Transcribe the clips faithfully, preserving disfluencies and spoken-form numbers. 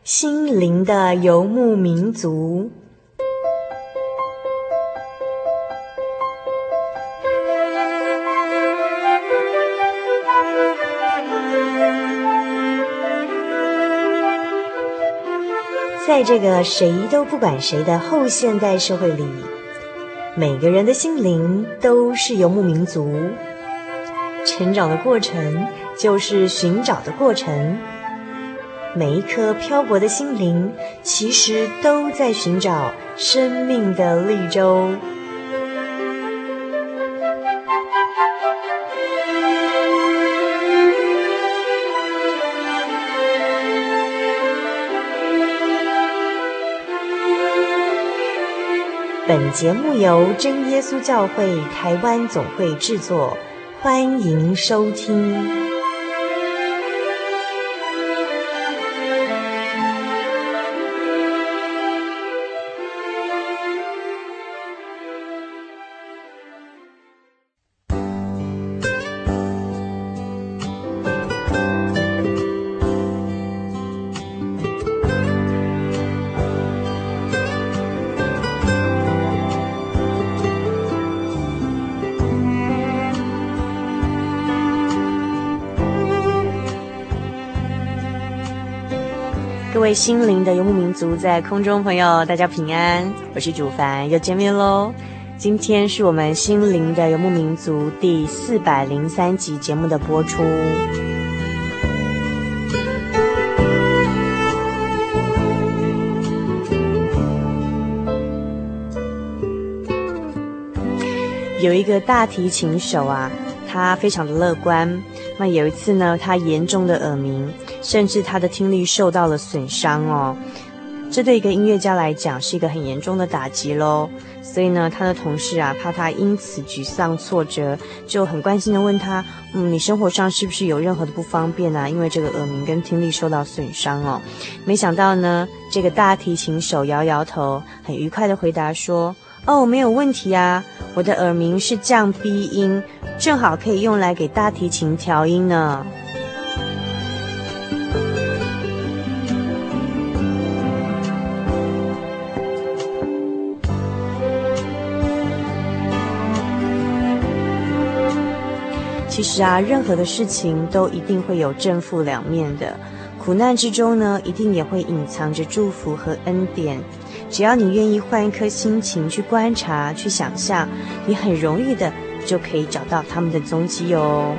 心灵的游牧民族。在这个谁都不管谁的后现代社会里，每个人的心灵都是游牧民族。成长的过程就是寻找的过程，每一颗漂泊的心灵其实都在寻找生命的绿洲。本节目由真耶稣教会台湾总会制作，欢迎收听。各位心灵的游牧民族，在空中朋友大家平安，我是主凡，又见面咯。今天是我们心灵的游牧民族第四百零三集节目的播出。有一个大提琴手啊，他非常的乐观。那有一次呢，他严重的耳鸣，甚至他的听力受到了损伤哦。这对一个音乐家来讲是一个很严重的打击咯。所以呢，他的同事啊，怕他因此沮丧挫折，就很关心的问他，嗯，你生活上是不是有任何的不方便啊？因为这个耳鸣跟听力受到损伤哦。没想到呢，这个大提琴手摇摇头，很愉快的回答说，哦，没有问题啊，我的耳鸣是降 B 音，正好可以用来给大提琴调音呢。其实啊，任何的事情都一定会有正负两面的，苦难之中呢，一定也会隐藏着祝福和恩典。只要你愿意换一颗心情去观察、去想象，你很容易的就可以找到他们的踪迹哦。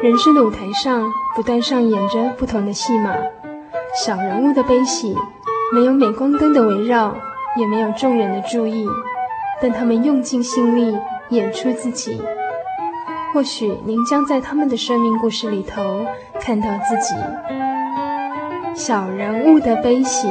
人生的舞台上不断上演着不同的戏码，小人物的悲喜，没有镁光灯的围绕，也没有众人的注意，但他们用尽心力演出自己。或许您将在他们的生命故事里头看到自己。小人物的悲喜。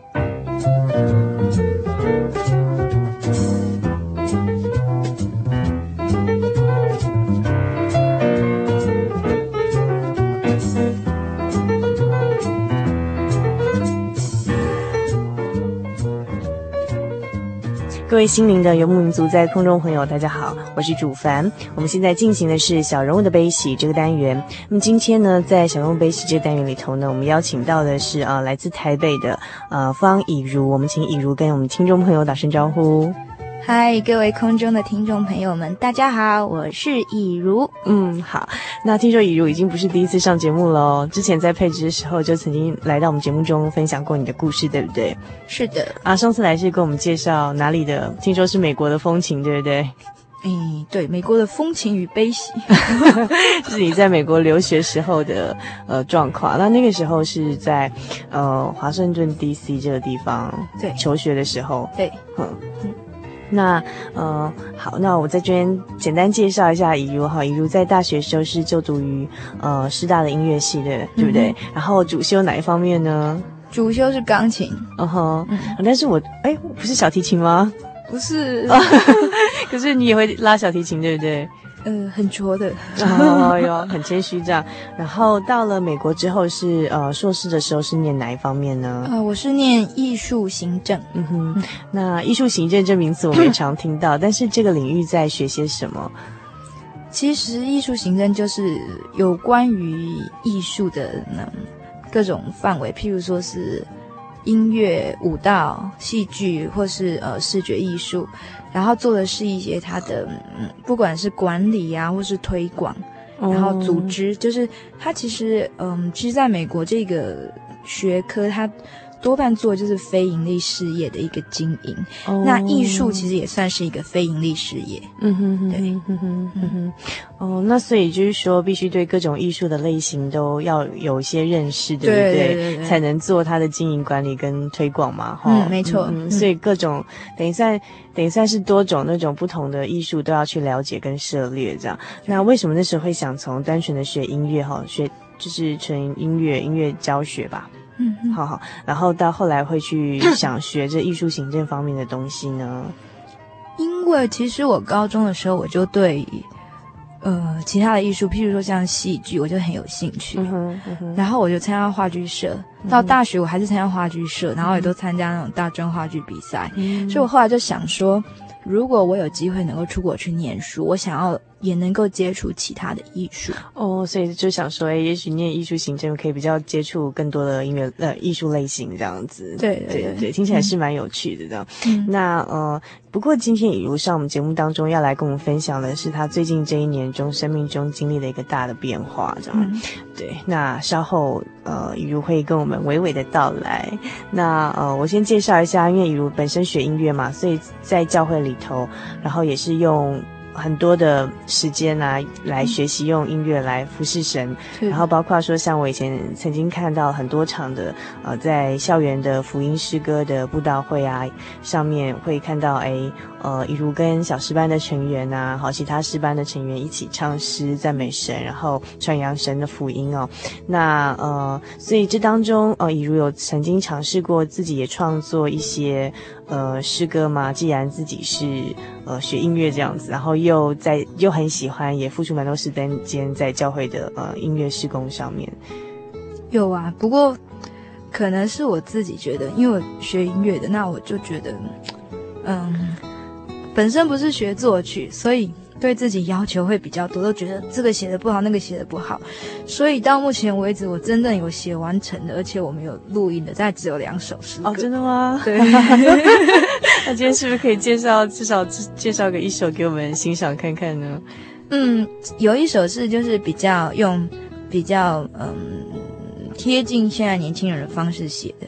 各位心灵的游牧民族在空中朋友大家好，我是主凡。我们现在进行的是小人物的悲喜这个单元。那么今天呢，在小人物悲喜这个单元里头呢，我们邀请到的是呃来自台北的呃方以如。我们请以如跟我们听众朋友打声招呼。 嗨，各位空中的听众朋友们，大家好，我是以如。 嗯，好。那听说以如已经不是第一次上节目了哦，之前在配置的时候就曾经来到我们节目中分享过你的故事，对不对？ 是的。 啊，上次来是跟我们介绍哪里的，听说是美国的风情，对不对？ 嗯，对，美国的风情与悲喜， 是你在美国留学时候的呃状况。那那个时候是在呃华盛顿 D C 这个地方对求学的时候， 对， 嗯。那呃好，那我在这边简单介绍一下以如哈。以如在大学时候是就读于呃师大的音乐系的，对不对？嗯、然后主修哪一方面呢？ 主修是钢琴。 嗯哼，嗯但是我哎不是小提琴吗？ 不是， 可是你也会拉小提琴，对不对？ 呃，很拙的， 哦哟，很谦虚这样。然后到了美国之后是呃硕士的时候是念哪一方面呢？ 呃，我是念艺术行政。 嗯哼，嗯那艺术行政这名词我们也常听到，但是这个领域在学些什么？ 其实艺术行政就是有关于艺术的呢各种范围，譬如说是音乐、舞蹈、戏剧，或是呃视觉艺术。然后做的是一些它的，嗯，不管是管理啊，或是推广，然后组织，就是它其实，嗯，其实在美国这个学科，它多半做就是非盈利事业的一个经营。Oh. 那艺术其实也算是一个非盈利事业。 嗯哼哼， 对， 嗯哼哼，嗯哼。哦，那所以就是说，必须对各种艺术的类型都要有一些认识，对不对？ 对对对， 才能做它的经营管理跟推广嘛，哈。 嗯，没错。 嗯，所以各种等于算等于算是多种那种不同的艺术都要去了解跟涉猎，这样。那为什么那时候会想从单纯的学音乐哈，学就是纯音乐音乐教学吧？ 嗯，嗯好好，然后到后来会去想学这艺术行政方面的东西呢？ 因为其实我高中的时候我就对呃其他的艺术，譬如说像戏剧，我就很有兴趣。 嗯哼嗯哼， 然后我就参加话剧社，到大学我还是参加话剧社，然后也都参加那种大专话剧比赛。嗯，所以我后来就想说，如果我有机会能够出国去念书，我想要也能够接触其他的艺术。 哦，所以就想说，哎，也许念艺术行政可以比较接触更多的音乐呃艺术类型这样子。 对对对, 对, 对听起来是蛮有趣的这样。 嗯， 那呃，不过今天以如上我们节目当中要来跟我们分享的是他最近这一年中生命中经历了一个大的变化这样。嗯，对，那稍后呃以如会跟我们娓娓的道来。那呃我先介绍一下，因为以如本身学音乐嘛，所以在教会里头，然后也是用很多的时间啊来学习用音乐来服侍神，然后包括说像我以前曾经看到很多场的呃在校园的福音诗歌的布道会啊，上面会看到哎呃以如跟小诗班的成员啊，好其他诗班的成员一起唱诗赞美神，然后传扬神的福音哦。那呃所以这当中呃以如有曾经尝试过自己也创作一些呃诗歌嘛，既然自己是呃学音乐这样子，然后又在又很喜欢，也付出蛮多时间在教会的呃音乐事工上面。 有啊，不过可能是我自己觉得，因为我学音乐的，那我就觉得嗯本身不是学作曲，所以对自己要求会比较多，都觉得这个写的不好，那个写的不好，所以到目前为止我真正有写完成的，而且我们有录音的，但只有两首诗歌。 哦，真的吗？ 对。 那今天是不是可以介绍至少介绍个一首给我们欣赏看看呢？ 嗯，有一首是就是比较用比较嗯贴近现在年轻人的方式写的，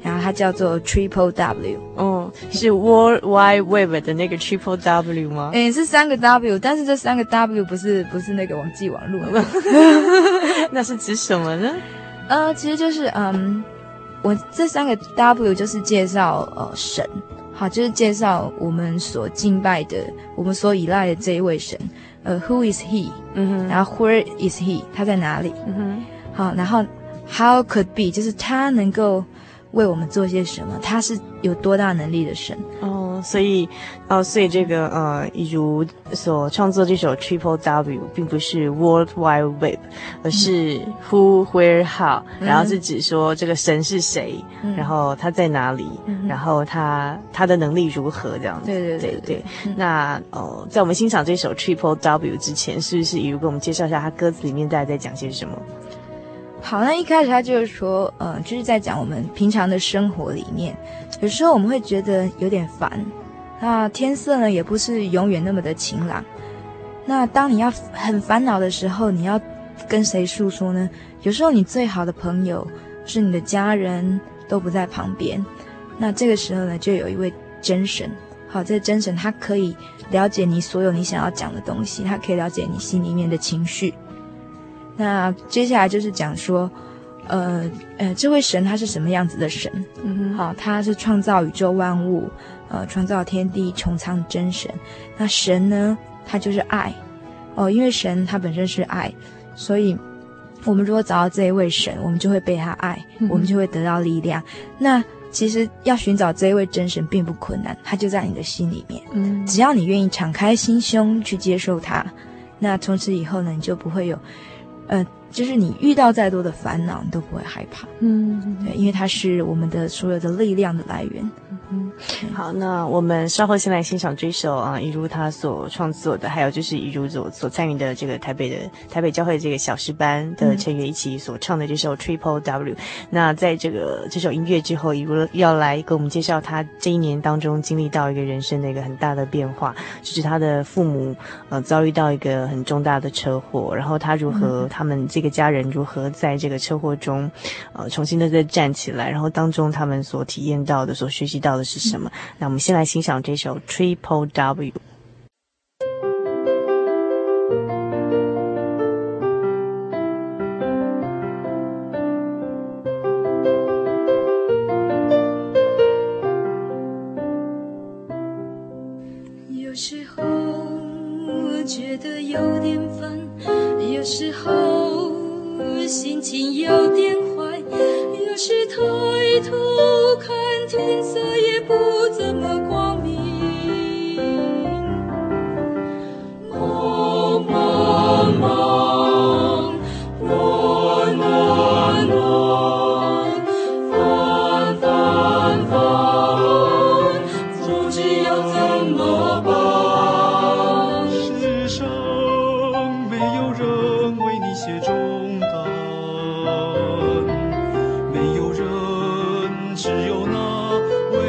然后它叫做 Triple W。 哦，是 World Wide Web 的那个 Triple W 吗？ 诶，是三个 W， 但是这三个 W 不是不是那个网际网络那是指什么呢？ 呃，其实就是嗯，我这三个 W 就是介绍呃神，好，就是介绍我们所敬拜的，我们所依赖的这一位神。呃 ，Who is he？ 嗯哼， 然后 Where is he？ 他在哪里？ 嗯哼， 好，然后 How could be？ 就是他能够为我们做些什么？他是有多大能力的神？ 哦，所以，哦，所以这个呃，一如所创作这首 Triple W， 并不是 World Wide Web， 而是 Who Where How，、嗯、然后是指说这个神是谁，嗯、然后他在哪里，嗯、然后他他的能力如何这样子。 对对对对 对, 对、嗯。那呃，在我们欣赏这首 Triple W 之前，是不是一如给我们介绍一下他歌词里面大概在讲些什么？ 好，那一开始他就是说，呃，就是在讲我们平常的生活里面，有时候我们会觉得有点烦，那天色呢也不是永远那么的晴朗。那当你要很烦恼的时候，你要跟谁诉说呢？有时候你最好的朋友是你的家人都不在旁边，那这个时候呢，就有一位真神。好，这个真神他可以了解你所有你想要讲的东西，他可以了解你心里面的情绪。那接下来就是讲说，呃呃，这位神他是什么样子的神？嗯哼，好，他是创造宇宙万物，呃，创造天地穹苍的真神。那神呢，他就是爱，哦，因为神他本身是爱，所以我们如果找到这一位神，我们就会被他爱，嗯、我们就会得到力量。那其实要寻找这一位真神并不困难，他就在你的心里面。嗯，只要你愿意敞开心胸去接受他，那从此以后呢，你就不会有。呃，就是你遇到再多的烦恼，你都不会害怕。嗯，对，因为它是我们的所有的力量的来源。 嗯，好，那我们稍后先来欣赏这首啊，一如他所创作的，还有就是一如所所参与的这个台北的台北教会这个小诗班的成员一起所唱的这首 Triple W。嗯、那在这个这首音乐之后，一如要来给我们介绍他这一年当中经历到一个人生的一个很大的变化，就是他的父母呃遭遇到一个很重大的车祸，然后他如何、嗯、他们这个家人如何在这个车祸中呃重新的再站起来，然后当中他们所体验到的、所学习到的是什么？嗯、那我们先来欣赏这首 Triple W。 有时候觉得有点烦，有时候心情有点坏，有时抬头看天色也不怎么光明。忙忙忙，乱乱乱，烦烦烦，不知要怎么办。 世上没有人为你写重担，没有人，只有那位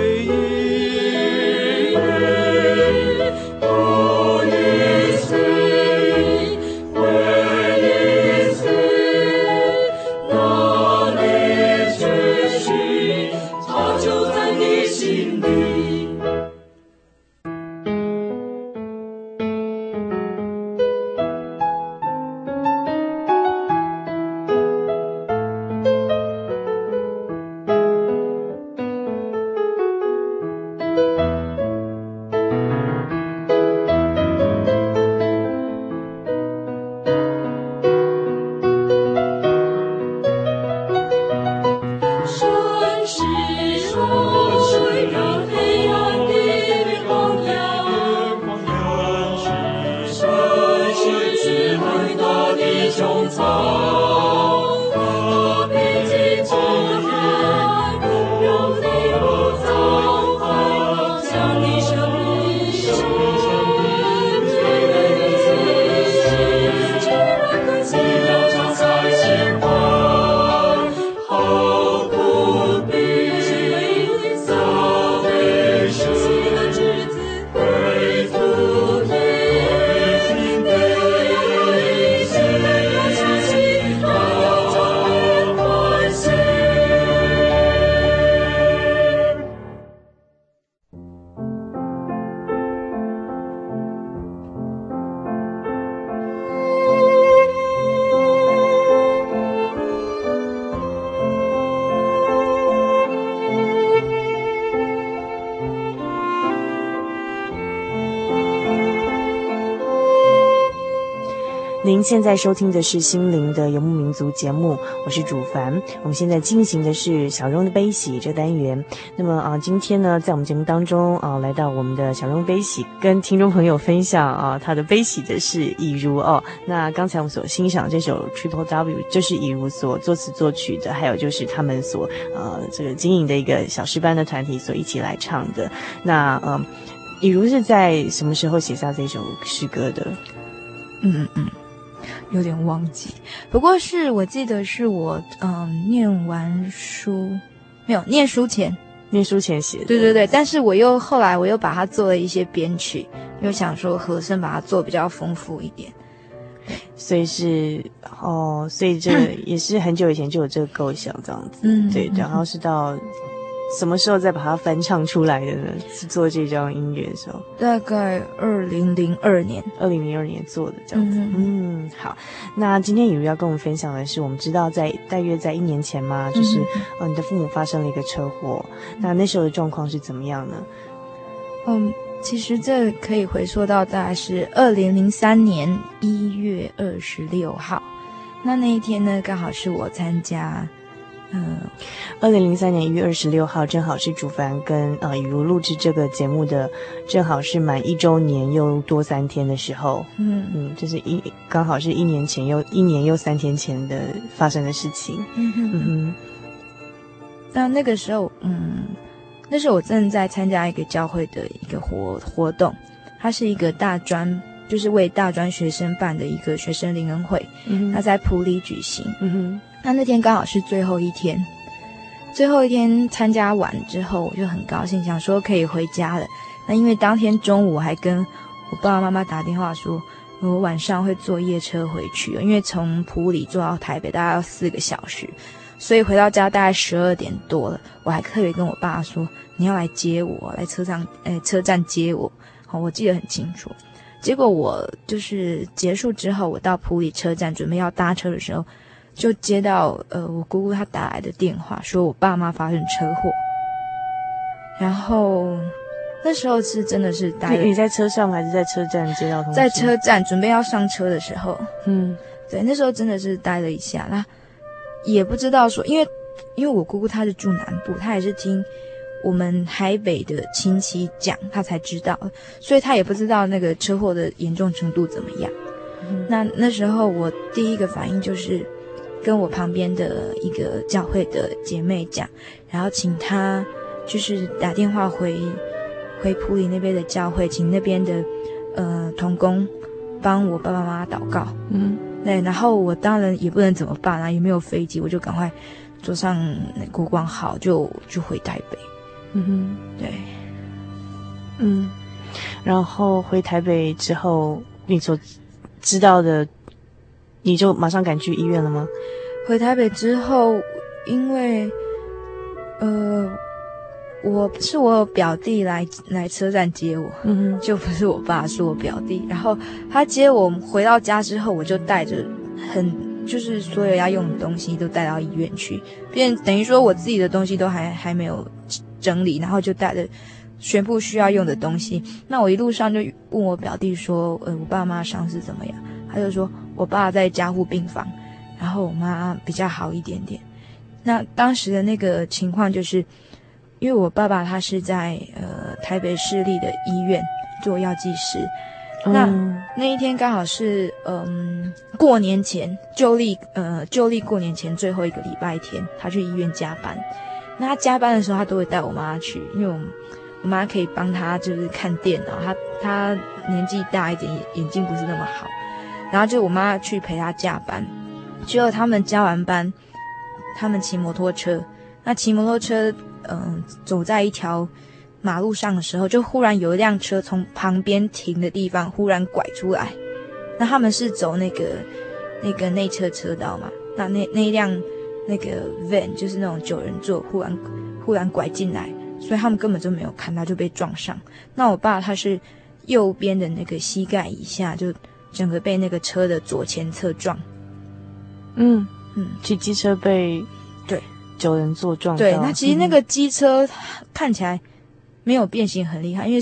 您现在收听的是心灵的游牧民族节目，我是主凡。我们现在进行的是小蓉的悲喜这单元。那么啊，今天呢，在我们节目当中啊，来到我们的小蓉悲喜，跟听众朋友分享啊，他的悲喜的是以如哦。那刚才我们所欣赏这首 Triple W 就是以如所作词作曲的，还有就是他们所呃这个经营的一个小诗班的团体所一起来唱的。那呃，以如是在什么时候写下这首诗歌的？ 嗯嗯嗯。有点忘记，不过是我记得是我嗯念完书，没有念书前， 念书前写的。 对对对，但是我又后来我又把它做了一些编曲，又想说和声把它做比较丰富一点。 所以是哦，所以这个也是很久以前就有这个构想这样子。 嗯， 对，然后是到什么时候再把它翻唱出来的呢？是做这张音乐的时候，大概二零零二年， 二零零二年做的这样子。嗯, 嗯，好。那今天以如要跟我们分享的是，我们知道在大约在一年前嘛，就是、嗯、呃你的父母发生了一个车祸，那那时候的状况是怎么样呢？ 嗯，其实这可以回溯到大概是二零零三年一月二十六号，那那一天呢，刚好是我参加。嗯， 二零零三年一月二十六号，正好是主凡跟呃以如录制这个节目的，正好是满一周年又多三天的时候。嗯嗯，就是一刚好是一年前又一年又三天前的发生的事情。嗯哼嗯哼。 那那个时候，嗯，那时候我正在参加一个教会的一个活活动，它是一个大专，就是为大专学生办的一个学生灵恩会，嗯，它在埔里举行。嗯哼。那那天刚好是最后一天，最后一天参加完之后，我就很高兴，想说可以回家了。那因为当天中午我还跟我爸爸妈妈打电话说，我晚上会坐夜车回去，因为从埔里坐到台北大概要四个小时，所以回到家大概十二点多了。我还特别跟我爸说，你要来接我，来车上，诶，车站接我。好，我记得很清楚。结果我就是结束之后，我到埔里车站准备要搭车的时候，就接到呃我姑姑她打来的电话，说我爸妈发生车祸。然后那时候是真的是待了， 你在车上还是在车站接到通知？ 在车站准备要上车的时候， 嗯， 对，那时候真的是待了一下，那也不知道说，因为因为我姑姑她是住南部，她也是听我们台北的亲戚讲，她才知道，所以她也不知道那个车祸的严重程度怎么样。嗯，那那时候我第一个反应就是跟我旁边的一个教会的姐妹讲，然后请她就是打电话回回埔里那边的教会，请那边的呃同工帮我爸爸妈妈祷告。嗯，对，然后我当然也不能怎么办啊，也没有飞机，我就赶快坐上国光号就就回台北。 嗯哼， 对， 嗯，然后回台北之后，你所知道的，你就马上赶去医院了吗？ 回台北之后，因为呃，我是我表弟来来车站接我，嗯哼，就不是我爸，是我表弟。然后他接我回到家之后，我就带着很就是所有要用的东西都带到医院去，变等于说我自己的东西都还还没有整理，然后就带着全部需要用的东西。那我一路上就问我表弟说，呃，我爸妈伤势怎么样？他就说我爸在加护病房，然后我妈比较好一点点。那当时的那个情况就是，因为我爸爸他是在呃台北市立的医院做药剂师，嗯、那那一天刚好是嗯过年前旧历呃旧历过年前最后一个礼拜天，他去医院加班。那他加班的时候，他都会带我妈去，因为我我妈可以帮他就是看电脑，他他年纪大一点，眼睛不是那么好，然后就我妈去陪他加班。结果他们加完班，他们骑摩托车，那骑摩托车嗯、呃、走在一条马路上的时候，就忽然有一辆车从旁边停的地方忽然拐出来。那他们是走那个那个内侧车道嘛，那那那一辆那个 van 就是那种九人座，忽然忽然拐进来，所以他们根本就没有看到就被撞上。那我爸他是右边的那个膝盖以下就整个被那个车的左前侧撞。 嗯嗯，骑机车被对九人座撞到。 对，那其实那个机车看起来没有变形很厉害，因为是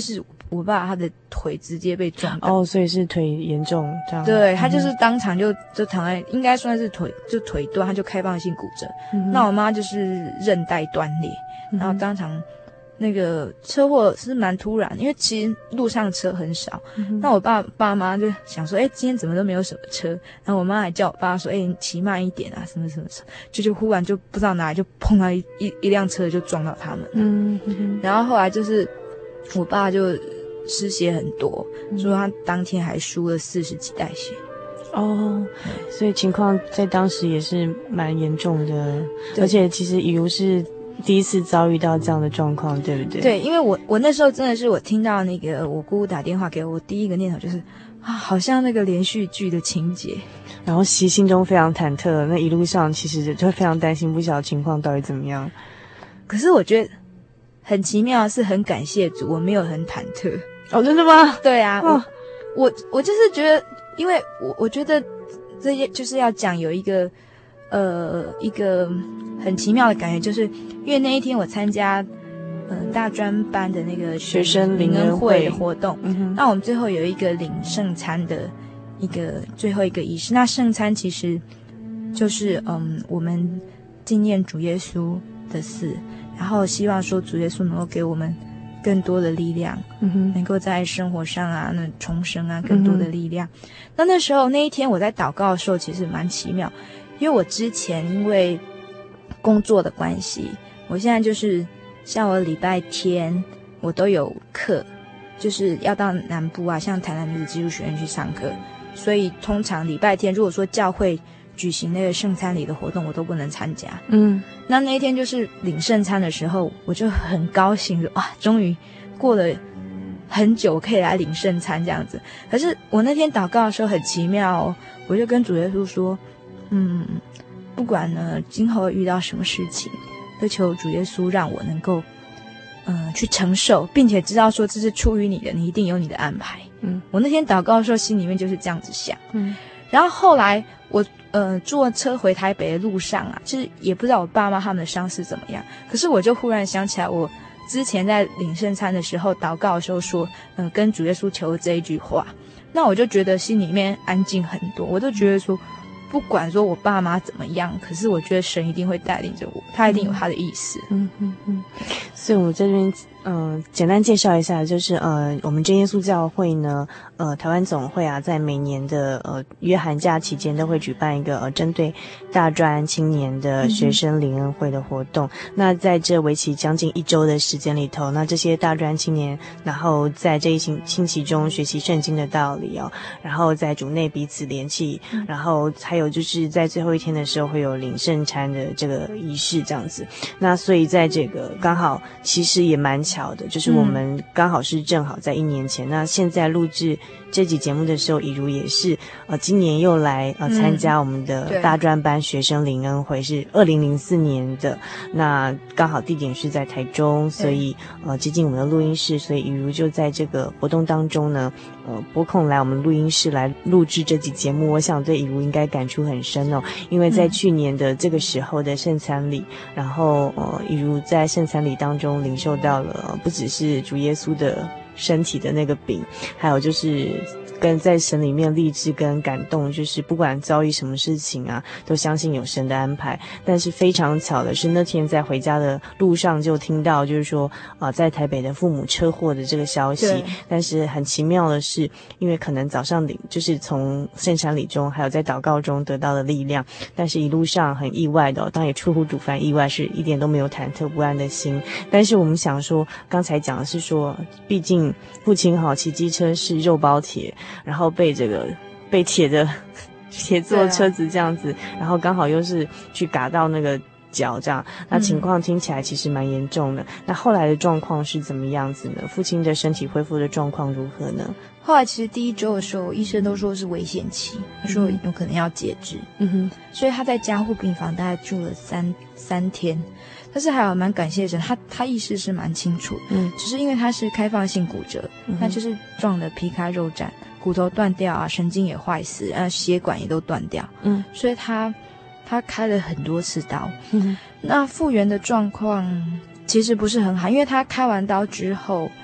我爸他的腿直接被撞到。 哦，所以是腿严重这样。 对，他就是当场就就躺在，应该算是腿就腿断，他就开放性骨折。嗯、那我妈就是韧带断裂，嗯、然后当场那个车祸是蛮突然，因为其实路上车很少。嗯、那我爸爸妈就想说，哎，今天怎么都没有什么车？然后我妈还叫我爸说，哎，你骑慢一点啊，什么什么什么，就就忽然就不知道哪里就碰到一一一辆车就撞到他们。嗯，嗯然后后来就是我爸就失血很多，说他当天还输了四十几袋血。 哦，所以情况在当时也是蛮严重的，而且其实以如是第一次遭遇到这样的状况，对不对？ 对，因为我我那时候真的是我听到那个我姑姑打电话给我，我第一个念头就是啊，好像那个连续剧的情节， 然后其心中非常忐忑，那一路上其实就非常担心，不晓得情况到底怎么样。 可是我觉得很奇妙的是，很感谢主，我没有很忐忑。 哦，真的吗？ 对啊，我我我就是觉得，因为我我觉得这些就是要讲有一个呃一个很奇妙的感觉，就是因为那一天我参加嗯、呃、大专班的那个学生灵恩会的活动， 嗯、 那我们最后有一个领圣餐的一个最后一个仪式。那圣餐其实就是嗯我们纪念主耶稣的事，然后希望说主耶稣能够给我们更多的力量，嗯哼，能够在生活上啊，那重生啊，更多的力量。嗯、那那时候那一天我在祷告的时候，其实蛮奇妙，因为我之前因为工作的关系，我现在就是像我礼拜天我都有课，就是要到南部啊，像台南女子基督学院去上课，所以通常礼拜天如果说教会举行那个圣餐礼的活动，我都不能参加。嗯，那那一天就是领圣餐的时候，我就很高兴说，哇，终于过了很久可以来领圣餐这样子。可是我那天祷告的时候很奇妙哦，我就跟主耶稣说，嗯，不管呢今后遇到什么事情，都求主耶稣让我能够嗯、呃、去承受，并且知道说这是出于你的，你一定有你的安排。嗯，我那天祷告的时候心里面就是这样子想。嗯，然后后来我呃坐车回台北的路上啊，其实也不知道我爸妈他们的伤势怎么样，可是我就忽然想起来我之前在领圣餐的时候祷告的时候说嗯、呃、跟主耶稣求这一句话，那我就觉得心里面安静很多，我都觉得说不管说我爸妈怎么样，可是我觉得神一定会带领着我，他一定有他的意思。 嗯嗯嗯。所以我这边嗯、呃、简单介绍一下，就是呃我们真耶稣教会呢呃台湾总会啊，在每年的呃约寒假期间都会举办一个呃针对大专青年的学生灵恩会的活动。嗯、那在这为期将近一周的时间里头，那这些大专青年然后在这一星星期中学习圣经的道理哦，然后在主内彼此联系，嗯、然后还有就是在最后一天的时候会有领圣餐的这个仪式这样子。那所以在这个刚好其实也蛮巧的，就是我们刚好是正好在一年前，嗯、那现在录制这集节目的时候，以如也是呃今年又来呃参加我们的大专班学生灵恩会，是二零零四年的，那刚好地点是在台中，所以呃接近我们的录音室，所以以如就在这个活动当中呢，呃拨空来我们录音室来录制这集节目。我想对以如应该感触很深哦，因为在去年的这个时候的圣餐礼，嗯、然后呃以如在圣餐礼当中领受到了、呃、不只是主耶稣的身体的那个饼，还有就是跟在神里面励志跟感动，就是不管遭遇什么事情啊，都相信有神的安排。但是非常巧的是，那天在回家的路上就听到就是说啊、呃，在台北的父母车祸的这个消息。但是很奇妙的是，因为可能早上领就是从圣餐礼中还有在祷告中得到的力量，但是一路上很意外的、哦，当然也出乎主凡意外，是一点都没有忐忑不安的心。但是我们想说，刚才讲的是说，毕竟父亲好骑机车是肉包铁，然后被这个被铁的铁做车子这样子，啊、然后刚好又是去嘎到那个脚这样，那情况听起来其实蛮严重的。嗯、那后来的状况是怎么样子呢？父亲的身体恢复的状况如何呢？ 后来其实第一周的时候，医生都说是危险期，他说有可能要截肢。嗯哼，所以他在加护病房大概住了三三天。但是还有蛮感谢神，他他意识是蛮清楚的，嗯，只是因为他是开放性骨折，那、嗯、就是撞得皮开肉绽，骨头断掉啊，神经也坏死，呃，血管也都断掉，嗯，所以他他开了很多次刀，嗯，那复原的状况其实不是很好，因为他开完刀之后，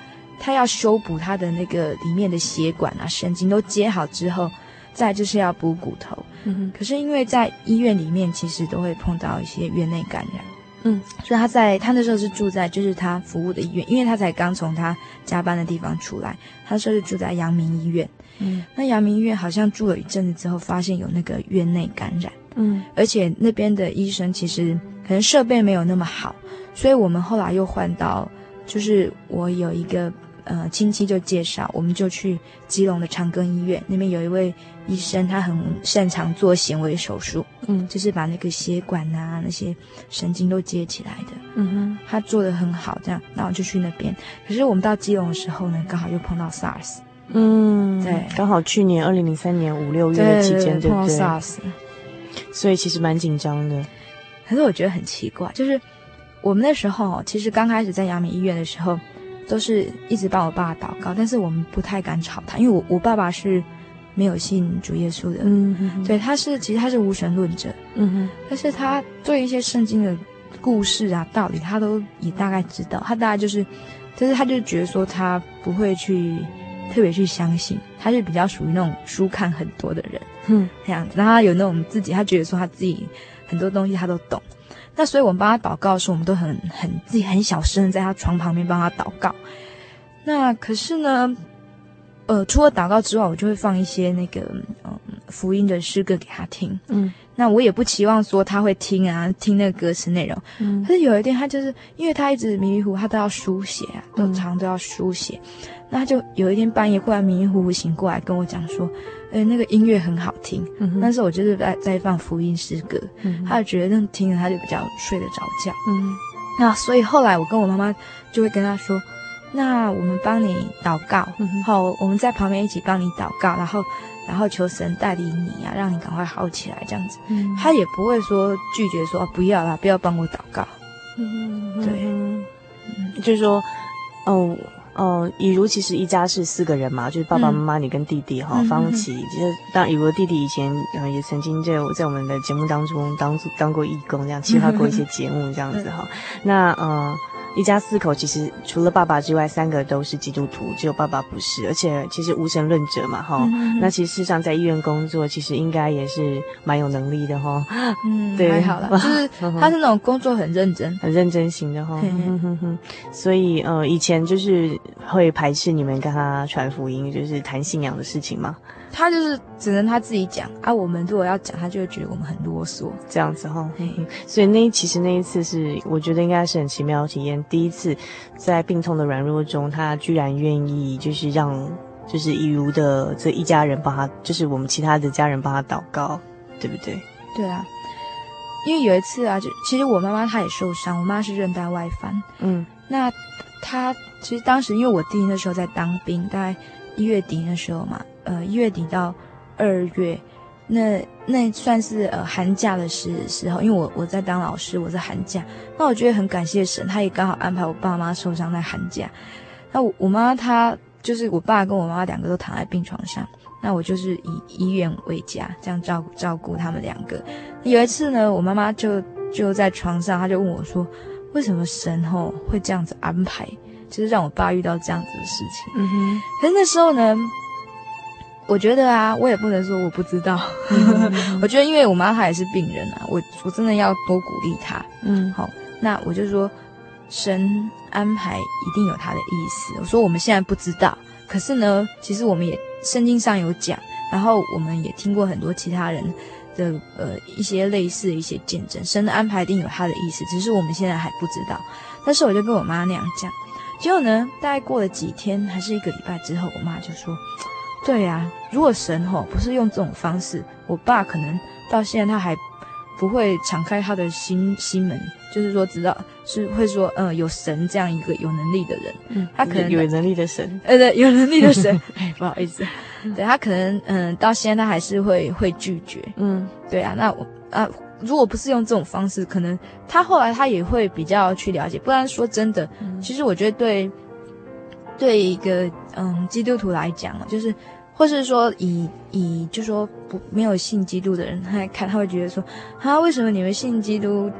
他要修补他的那个里面的血管啊、神经都接好之后，再来就是要补骨头。嗯，可是因为在医院里面，其实都会碰到一些院内感染。嗯，所以他在他那时候是住在就是他服务的医院，因为他才刚从他加班的地方出来，他说是住在阳明医院。嗯，那阳明医院好像住了一阵子之后，发现有那个院内感染。嗯，而且那边的医生其实可能设备没有那么好，所以我们后来又换到，就是我有一个呃亲戚就介绍，我们就去基隆的长庚医院，那边有一位医生，他很擅长做显微手术，嗯，就是把那个血管啊那些神经都接起来的，嗯哼，他做得很好，这样，那我就去那边。可是我们到基隆的时候呢，刚好又碰到 SARS， 嗯，对，刚好去年二零零三年五六月的期间，对不对？碰到 SARS， 所以其实蛮紧张的。 可是我觉得很奇怪，就是我们那时候其实刚开始在阳明医院的时候，都是一直帮我爸祷告，但是我们不太敢吵他，因为我我爸爸是没有信主耶稣的，嗯哼哼，对，他是其实他是无神论者，嗯哼，但是他对一些圣经的故事啊道理，他都也大概知道，他大概就是，就是他就觉得说他不会去特别去相信，他是比较属于那种书看很多的人，嗯，这样子，然后他有那种自己，他觉得说他自己很多东西他都懂。那所以我们帮他祷告的时候，我们都很很自己很小声的在他床旁边帮他祷告。那可是呢，呃，除了祷告之外，我就会放一些那个嗯福音的诗歌给他听。嗯，那我也不期望说他会听啊，听那个歌词内容。嗯，可是有一天他就是因为他一直迷迷糊糊，他都要书写啊，都常常都要书写。嗯，那他就有一天半夜忽然迷迷糊糊醒过来跟我讲说，呃，那个音乐很好听，嗯，但是我就是在在放福音诗歌，嗯，他就觉得那听了他就比较睡得着觉，嗯，那所以后来我跟我妈妈就会跟他说，那我们帮你祷告，嗯，好，我们在旁边一起帮你祷告，然后然后求神带领你啊，让你赶快好起来这样子，嗯，他也不会说拒绝说，哦，不要啦，不要帮我祷告，嗯，对， 嗯，就是说，哦。哦，以如其实一家是四个人嘛，就是爸爸妈妈、嗯、你跟弟弟哈，方琦，就是当以如的弟弟以前嗯也曾经在在我们的节目当中当当过义工，这样企划过一些节目这样子哈。那呃一家四口其实除了爸爸之外，三个都是基督徒，只有爸爸不是，而且其实无神论者嘛哈。嗯、那其实事实上在医院工作，其实应该也是蛮有能力的哈。 嗯，对，还好啦，就是他是那种工作很认真、 很认真型的哈。嗯哼哼，所以呃以前就是会排斥你们跟他传福音，就是谈信仰的事情吗？ 他就是只能他自己讲啊，我们如果要讲，他就会觉得我们很啰嗦， 这样子哈。所以那其实那一次是，我觉得应该是很奇妙的体验。第一次在病痛的软弱中，他居然愿意就是让就是以如的这一家人帮他，就是我们其他的家人帮他祷告，对不对？ 对啊，因为有一次啊，就其实我妈妈她也受伤，我妈是韧带外翻，嗯，那她其实当时因为我弟那时候在当兵，大概一月底那时候嘛。呃，一月底到二月，那那算是呃寒假的时时候，因为我我在当老师，我在寒假，那我觉得很感谢神，他也刚好安排我爸妈受伤在寒假。那我我妈她就是我爸跟我妈两个都躺在病床上，那我就是以医院为家，这样照顾照顾他们两个。有一次呢，我妈妈就就在床上，她就问我说，为什么神吼会这样子安排，就是让我爸遇到这样子的事情。嗯哼，可是那时候呢。我觉得啊，我也不能说我不知道。嗯、我觉得，因为我妈她也是病人啊，我我真的要多鼓励她。嗯，好，那我就说，神安排一定有他的意思。我说我们现在不知道，可是呢，其实我们也圣经上有讲，然后我们也听过很多其他人的呃一些类似的一些见证，神的安排一定有他的意思，只是我们现在还不知道。但是我就跟我妈那样讲，结果呢，大概过了几天还是一个礼拜之后，我妈就说。对啊，如果神吼不是用这种方式，我爸可能到现在他还不会敞开他的心心门，就是说知道是会说，嗯，有神这样一个有能力的人，嗯，他可能有能力的神， 呃，对，有能力的神，哎，不好意思，对他可能嗯到现在他还是会会拒绝，嗯，对啊，那我啊。如果不是用这种方式，可能他后来他也会比较去了解，不然说真的，嗯、其实我觉得对。对一个嗯基督徒来讲，就是或是说以以就说不没有信基督的人，他来看他会觉得说，啊为什么你们信基督，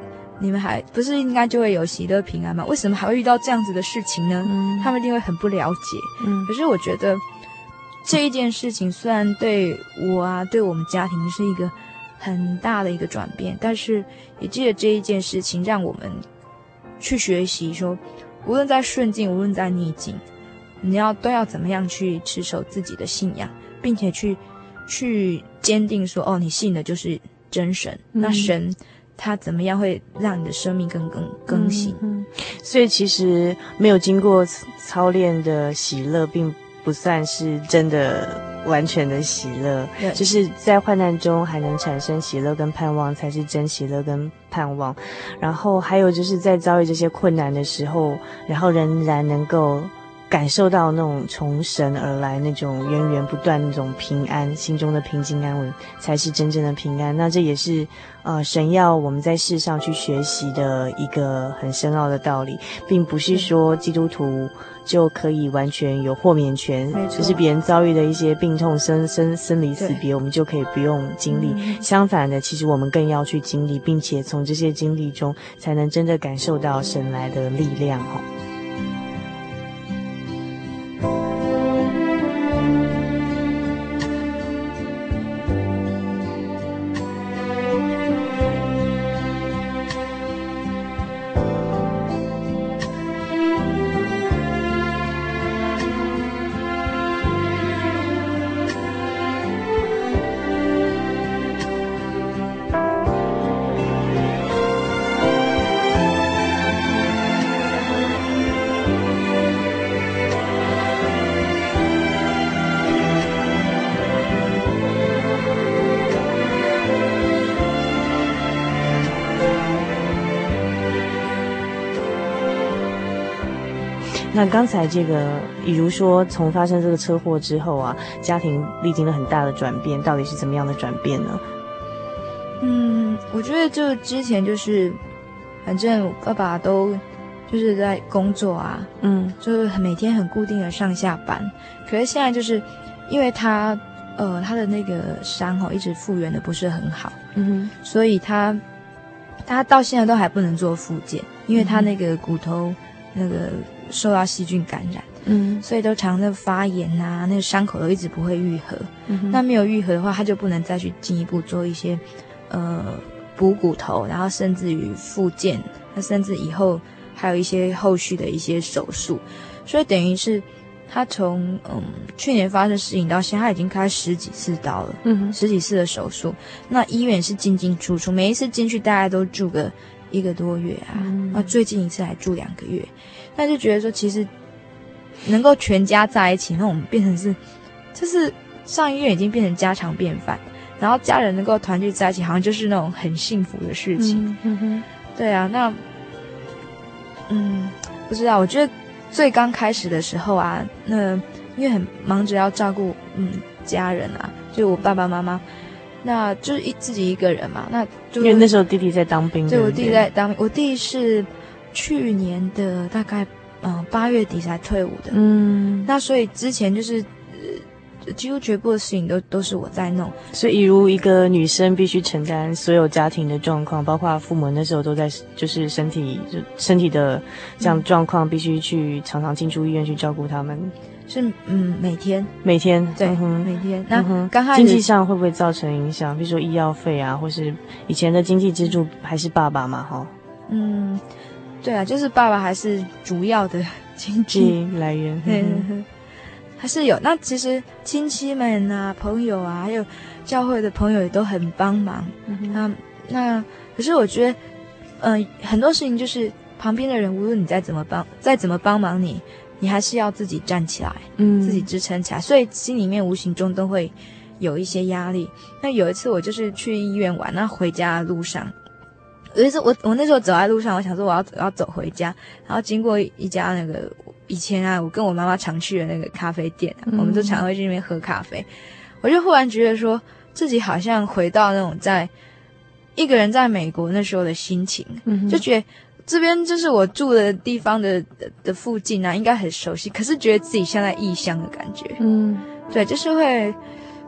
你们还不是应该就会有喜乐平安吗？为什么还会遇到这样子的事情呢？嗯，他们一定会很不了解。嗯，可是我觉得这一件事情虽然对我啊，对我们家庭是一个很大的一个转变，但是也记得这一件事情让我们去学习说，无论在顺境，无论在逆境，你要都要怎么样去持守自己的信仰，并且去去坚定说，哦，你信的就是真神，嗯，那神他怎么样会让你的生命更更更新。 嗯嗯，所以其实没有经过操练的喜乐并不算是真的完全的喜乐，就是在患难中还能产生喜乐跟盼望，才是真喜乐跟盼望。然后还有就是在遭遇这些困难的时候，然后仍然能够感受到那种从神而来那种源源不断那种平安，心中的平静安稳才是真正的平安。那这也是呃神要我们在世上去学习的一个很深奥的道理，并不是说基督徒就可以完全有豁免权，就是别人遭遇的一些病痛生生生离死别，我们就可以不用经历。嗯，相反的，其实我们更要去经历，并且从这些经历中才能真的感受到神来的力量哦。那刚才这个，比如说从发生这个车祸之后啊，家庭历经了很大的转变，到底是怎么样的转变呢？ 嗯，我觉得就之前就是，反正我爸爸都就是在工作啊，嗯，就是每天很固定的上下班。可是现在就是因为他呃他的那个伤哦一直复原的不是很好，嗯哼，所以他他到现在都还不能做复健，因为他那个骨头那个受到细菌感染，嗯，所以都常常发炎啊，那个伤口都一直不会愈合。嗯，那没有愈合的话，他就不能再去进一步做一些呃补骨头，然后甚至于复健，那甚至以后还有一些后续的一些手术。所以等于是他从嗯去年发生事情到现在，他已经开十几次刀了，嗯，十几次的手术。那医院是进进出出，每一次进去大概都住个一个多月啊，嗯，那最近一次还住两个月。那就觉得说，其实能够全家在一起，那种变成是，就是上医院已经变成家常便饭，然后家人能够团聚在一起，好像就是那种很幸福的事情。嗯嗯哼，对啊，那嗯，不知道，我觉得最刚开始的时候啊，那因为很忙着要照顾嗯家人啊，就我爸爸妈妈，那就是一自己一个人嘛，那就因为那时候弟弟在当兵， 对，我弟弟在当兵，我弟是去年的大概嗯八月底才退伍的，嗯，那所以之前就是呃几乎全部的事情都都是我在弄， 所以如一个女生必须承担所有家庭的状况，包括父母那时候都在就是身体就身体的这样状况，必须去常常进出医院去照顾他们。 是嗯每天每天对，嗯，每天。那刚开始经济上会不会造成影响？比如说医药费啊，或是以前的经济支柱还是爸爸嘛？哈，嗯， 对啊，就是爸爸还是主要的经济来源， 嗯，还是有。那其实亲戚们啊、朋友啊，还有教会的朋友也都很帮忙。嗯，那那可是我觉得，嗯、呃，很多事情就是旁边的人，无论你再怎么帮，再怎么帮忙你。你还是要自己站起来，嗯，自己支撑起来，所以心里面无形中都会有一些压力。那有一次我就是去医院玩，那回家的路上，有一次我我那时候走在路上，我想说我要我要走回家，然后经过一家那个以前啊，我跟我妈妈常去的那个咖啡店，啊，嗯，我们都常会去那边喝咖啡，我就忽然觉得说自己好像回到那种在一个人在美国那时候的心情，嗯，就觉得。这边就是我住的地方的 的, 的附近啊，应该很熟悉，可是觉得自己像在异乡的感觉。嗯，对，就是会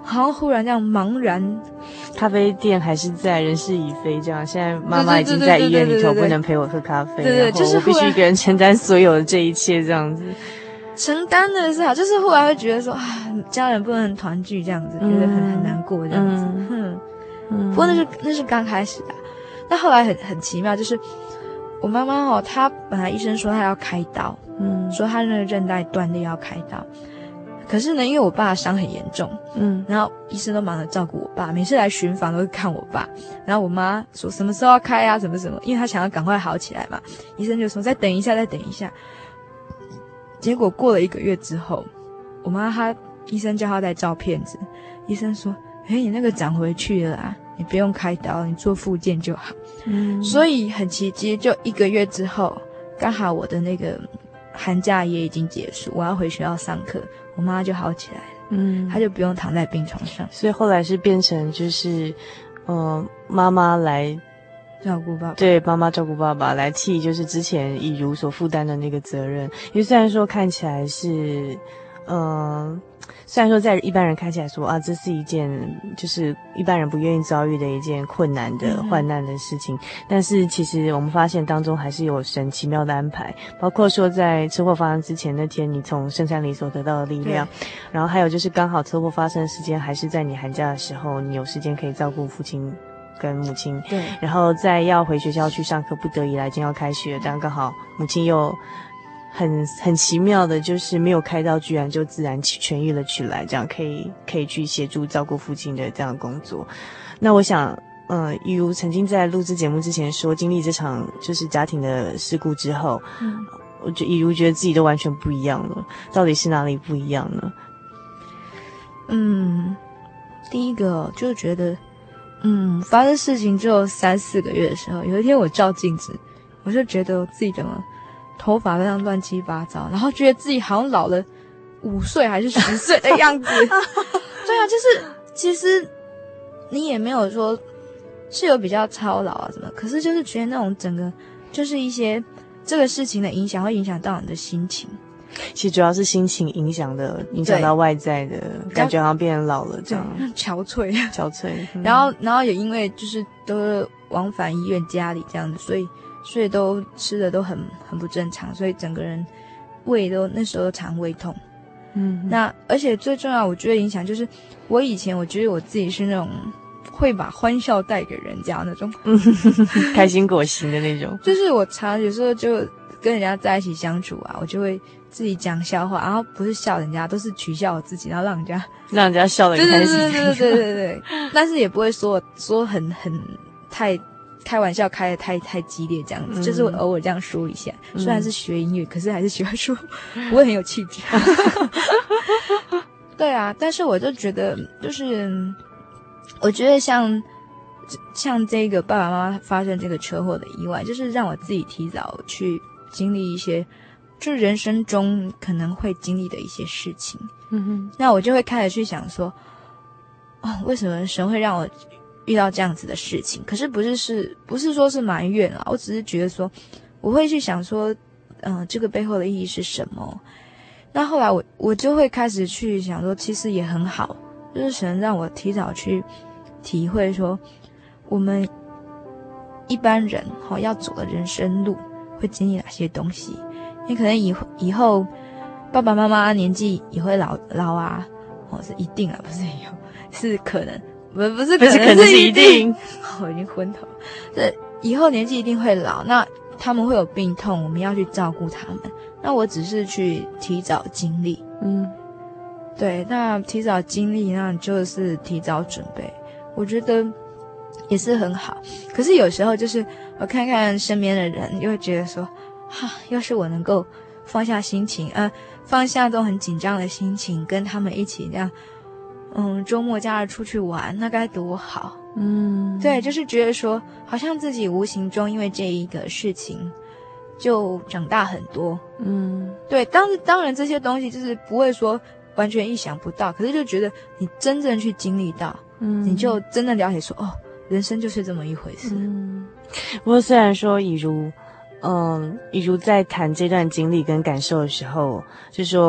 好像忽然这样茫然。 咖啡店还是在，人事已非，这样。现在妈妈已经在医院里头，不能陪我喝咖啡， 对对，就是我必须一个人承担所有的这一切，这样子。 承担的是啊，就是后来会觉得说啊，家人不能团聚这样子，嗯、觉得很很难过这样子。嗯，嗯不过那是那是刚开始啊，那后来很很奇妙，就是我妈妈哦，她本来医生说她要开刀，嗯，说她那个韧带断裂要开刀。可是呢，因为我爸伤很严重，嗯，然后医生都忙着照顾我爸，每次来巡访都会看我爸。然后我妈说什么时候要开啊，什么什么，因为她想要赶快好起来嘛。医生就说再等一下，再等一下。结果过了一个月之后，我妈她医生叫她再照片子，医生说：“哎，你那个长回去了啊，你不用开刀，你做复健就好。”嗯，所以很奇迹，就一个月之后，刚好我的那个寒假也已经结束，我要回学校上课。我妈就好起来了，嗯，她就不用躺在病床上， 所以后来是变成就是，呃，妈妈来照顾爸爸， 对，妈妈照顾爸爸，来替就是之前以如所负担的那个责任。因为虽然说看起来是，嗯、呃，虽然说在一般人看起来说啊，这是一件就是一般人不愿意遭遇的一件困难的、嗯、患难的事情，但是其实我们发现当中还是有神奇妙的安排，包括说在车祸发生之前那天，你从圣山里所得到的力量，然后还有就是刚好车祸发生的时间还是在你寒假的时候，你有时间可以照顾父亲跟母亲， 对， 然后在要回学校去上课，不得已来，今天要开学，但刚好母亲又很很奇妙的，就是没有开刀，居然就自然痊愈了起来，这样可以可以去协助照顾父亲的这样的工作。那我想，呃，一如曾经在录制节目之前说，经历这场就是家庭的事故之后，嗯，我觉一如觉得自己都完全不一样了，到底是哪里不一样呢？ 嗯，第一个就是觉得，嗯，发生事情只有三四个月的时候，有一天我照镜子，我就觉得我自己怎么头发非常乱七八糟，然后觉得自己好像老了五岁还是十岁的样子。对啊，就是其实你也没有说是有比较操劳啊什么，可是就是觉得那种整个就是一些这个事情的影响会影响到你的心情。 其实主要是心情影响的，影响到外在的感觉，好像变老了这样， 憔悴， 憔悴。嗯、 然后，然后也因为就是都是往返医院、家里这样子，所以，所以都吃的都很很不正常，所以整个人胃都那时候常胃痛。嗯，那而且最重要，我觉得影响就是我以前我觉得我自己是那种会把欢笑带给人家那种， 开心果型的那种。 就是我常有时候就跟人家在一起相处啊，我就会自己讲笑话，然后不是笑人家，都是取笑我自己，然后让人家让人家笑得很开心。 对对对对对对对。但是也不会说说很很太开玩笑开得太太激烈这样子，嗯、就是我偶尔这样说一下。嗯、虽然是学音乐，可是还是喜欢说，不会很有气质。对啊，但是我就觉得，就是我觉得像像这个爸爸妈妈发生这个车祸的意外，就是让我自己提早去经历一些。就是人生中可能会经历的一些事情，嗯哼，那我就会开始去想说，哦，为什么神会让我遇到这样子的事情？可是不是是不是说是埋怨啊？我只是觉得说，我会去想说，嗯、呃，这个背后的意义是什么？那后来我我就会开始去想说，其实也很好，就是神让我提早去体会说，我们一般人哈、哦、要走的人生路会经历哪些东西。你可能以后以后爸爸妈妈年纪也会老老啊，哦是一定啊，不是以后是可能，不不是可能是可能是一定， 我已经昏头。对，以后年纪一定会老，那他们会有病痛，我们要去照顾他们。那我只是去提早经历，嗯，对，那提早经历，那就是提早准备，我觉得也是很好。可是有时候就是我看看身边的人，又会觉得说。哈，要是我能够放下心情，呃，放下这种很紧张的心情，跟他们一起这样，嗯，周末假日出去玩，那该多好。嗯，对，就是觉得说，好像自己无形中因为这一个事情就长大很多。嗯，对，当当然这些东西就是不会说完全意想不到，可是就觉得你真正去经历到，嗯，你就真的了解说，哦，人生就是这么一回事。 嗯，不过虽然说以如。嗯，比如在谈这段经历跟感受的时候，就是说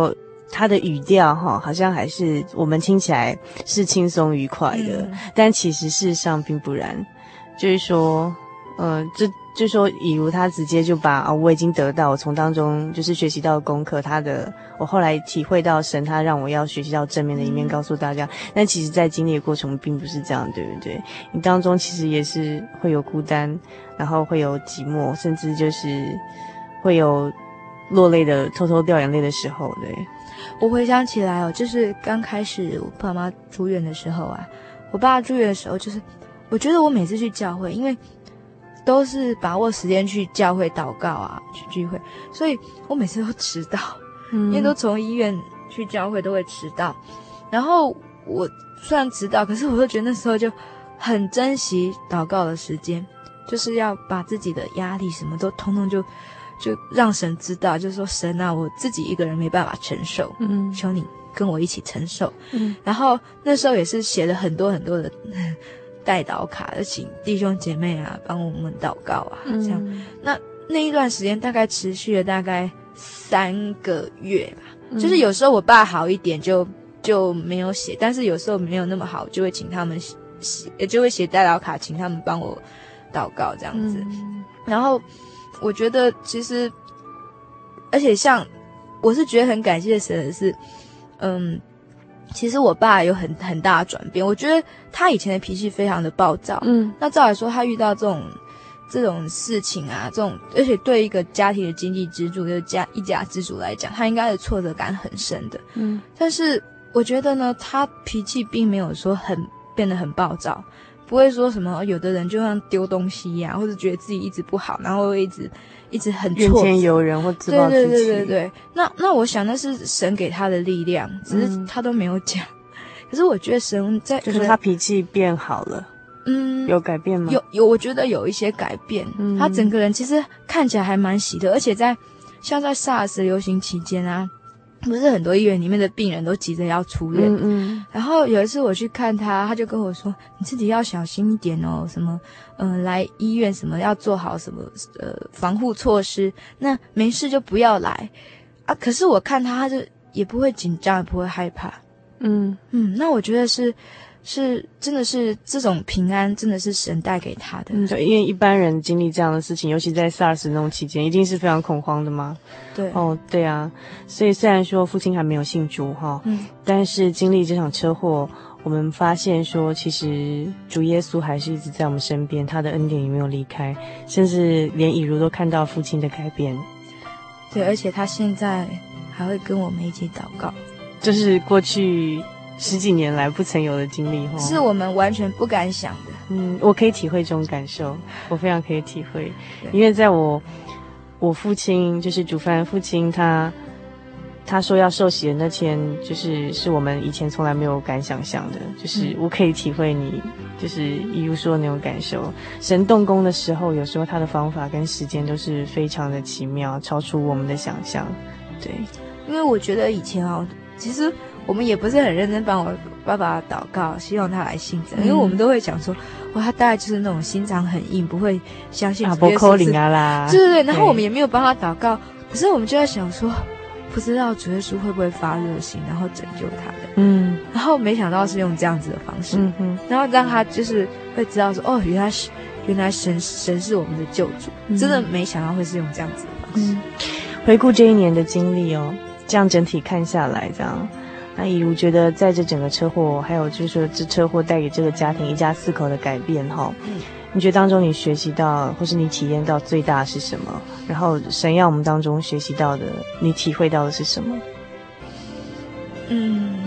他的语调哈，好像还是我们听起来是轻松愉快的，嗯、但其实事实上并不然。就是说，呃，这就是说，以如他直接就把啊，我已经得到，我从当中就是学习到功课，他的我后来体会到神，他让我要学习到正面的一面，告诉大家。但其实，在经历的过程并不是这样，对不对？你当中其实也是会有孤单，然后会有寂寞，甚至就是会有落泪的、偷偷掉眼泪的时候，对。 我回想起来哦，就是刚开始我爸妈住院的时候啊，我爸住院的时候，就是我觉得我每次去教会，因为都是把握时间去教会祷告啊，去聚会，所以我每次都迟到，嗯、因为都从医院去教会都会迟到。然后我虽然迟到，可是我都觉得那时候就很珍惜祷告的时间，就是要把自己的压力什么都通通就就让神知道，就说神啊，我自己一个人没办法承受，嗯，求你跟我一起承受。嗯，然后那时候也是写了很多很多的代祷卡，就请弟兄姐妹啊帮我们祷告啊，嗯、这样。那那一段时间大概持续了大概三个月吧，嗯、就是有时候我爸好一点就就没有写，但是有时候没有那么好，就会请他们写，就会写代祷卡，请他们帮我祷告这样子。嗯、然后我觉得其实，而且像我是觉得很感谢神的是，嗯。其实我爸有很很大的转变，我觉得他以前的脾气非常的暴躁，嗯，那照来说他遇到这种这种事情啊，这种而且对一个家庭的经济支柱，就是家一家之主来讲，他应该是挫折感很深的，嗯，但是我觉得呢，他脾气并没有说很变得很暴躁，不会说什么有的人就像丢东西呀、啊，或者觉得自己一直不好，然后一直一直很怨天尤人或自暴自弃。 对对对对对，那那我想那是神给他的力量，只是他都没有讲。嗯、可是我觉得神在就是他脾气变好了，嗯，有改变吗？ 有有，我觉得有一些改变。嗯、他整个人其实看起来还蛮喜的，而且在像在 SARS 流行期间啊。不是很多医院里面的病人都急着要出院，嗯嗯，然后有一次我去看他，他就跟我说：“你自己要小心一点哦，什么，嗯、呃，来医院什么要做好什么呃防护措施，那没事就不要来啊。”可是我看他，他就也不会紧张，也不会害怕，嗯嗯，那我觉得是是真的是这种平安，真的是神带给他的。 嗯，对，因为一般人经历这样的事情，尤其在 SARS 那种期间，一定是非常恐慌的嘛。 对， 哦，对啊，所以虽然说父亲还没有信主哈，嗯，但是经历这场车祸，我们发现说，其实主耶稣还是一直在我们身边，他的恩典也没有离开，甚至连以如都看到父亲的改变。 对，而且他现在还会跟我们一起祷告， 这是过去十几年来不曾有的经历哈， 是我们完全不敢想的。 嗯，我可以体会这种感受，我非常可以体会，因为在我我父亲就是主犯父亲他他说要受洗的那天，就是是我们以前从来没有敢想象的，就是我可以体会你就是一如说的那种感受。神动工的时候，有时候他的方法跟时间都是非常的奇妙，超出我们的想象。对， 因为我觉得以前哦，其实我们也不是很认真帮我爸爸祷告，希望他来信主，因为我们都会讲说，哇，他大概就是那种心肠很硬，不会相信主耶稣是啊啦， 对对对。然后我们也没有帮他祷告，可是我们就在想说，不知道主耶稣会不会发热心，然后拯救他的。嗯。然后没想到是用这样子的方式，嗯哼，然后让他就是会知道说，哦，原来是原来神神是我们的救主，嗯、真的没想到会是用这样子的方式。嗯、 回顾这一年的经历哦，这样整体看下来，这样。那以如觉得在这整个车祸，还有就是说这车祸带给这个家庭一家四口的改变哈，嗯，你觉得当中你学习到或是你体验到最大是什么？然后神要我们当中学习到的，你体会到的是什么？ 嗯，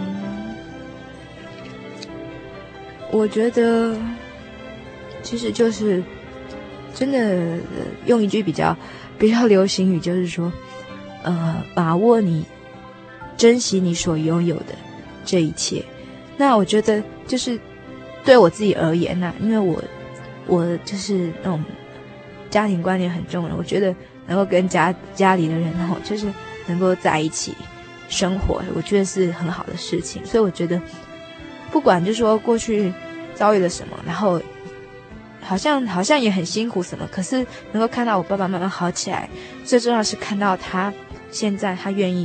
我觉得其实就是真的用一句比较比较流行语，就是说，呃，把握你。珍惜你所拥有的这一切，那我觉得就是对我自己而言呐、啊，因为我我就是那种家庭观念很重的，我觉得能够跟家家里的人然后就是能够在一起生活，我觉得是很好的事情。所以我觉得不管就说过去遭遇了什么，然后好像好像也很辛苦什么，可是能够看到我爸爸慢慢好起来，最重要是看到他现在他愿意